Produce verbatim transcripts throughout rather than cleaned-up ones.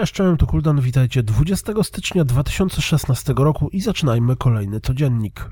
Cześć, czołem, tu Kuldan, witajcie dwudziestego stycznia dwa tysiące szesnastego roku i zaczynajmy kolejny codziennik.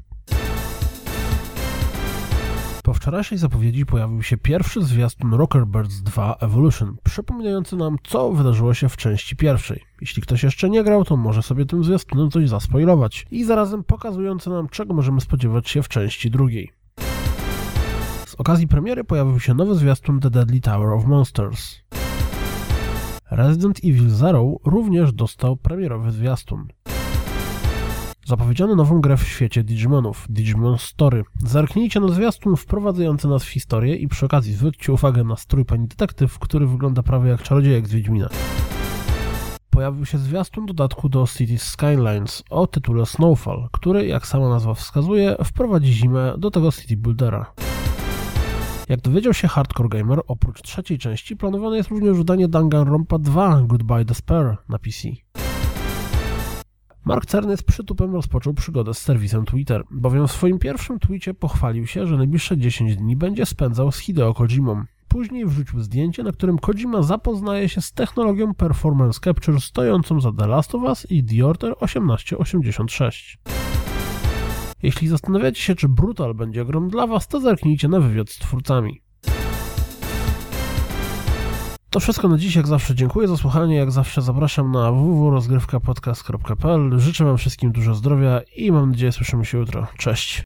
Po wczorajszej zapowiedzi pojawił się pierwszy zwiastun Rocker Birds dwa Evolution, przypominający nam, co wydarzyło się w części pierwszej. Jeśli ktoś jeszcze nie grał, to może sobie tym zwiastunem coś zaspoilować i zarazem pokazujący nam, czego możemy spodziewać się w części drugiej. Z okazji premiery pojawił się nowy zwiastun The Deadly Tower of Monsters. Resident Evil Zero również dostał premierowy zwiastun. Zapowiedziano nową grę w świecie Digimonów, Digimon Story. Zerknijcie na zwiastun wprowadzający nas w historię i przy okazji zwróćcie uwagę na strój pani detektyw, który wygląda prawie jak czarodziejek z Wiedźmina. Pojawił się zwiastun dodatku do Cities Skylines o tytule Snowfall, który, jak sama nazwa wskazuje, wprowadzi zimę do tego City Buildera. Jak dowiedział się Hardcore Gamer, oprócz trzeciej części planowane jest również wydanie Danganronpa dwa Goodbye Despair na P C. Mark Cerny z przytupem rozpoczął przygodę z serwisem Twitter, bowiem w swoim pierwszym tweetie pochwalił się, że najbliższe dziesięć dni będzie spędzał z Hideo Kojimą. Później wrzucił zdjęcie, na którym Kojima zapoznaje się z technologią Performance Capture stojącą za The Last of Us i The Order osiemnaście osiemdziesiąt sześć. Jeśli zastanawiacie się, czy Brutal będzie grą dla was, to zerknijcie na wywiad z twórcami. To wszystko na dziś, jak zawsze dziękuję za słuchanie, jak zawsze zapraszam na w w w kropka rozgrywka podcast kropka p l. Życzę wam wszystkim dużo zdrowia i mam nadzieję słyszymy się jutro. Cześć!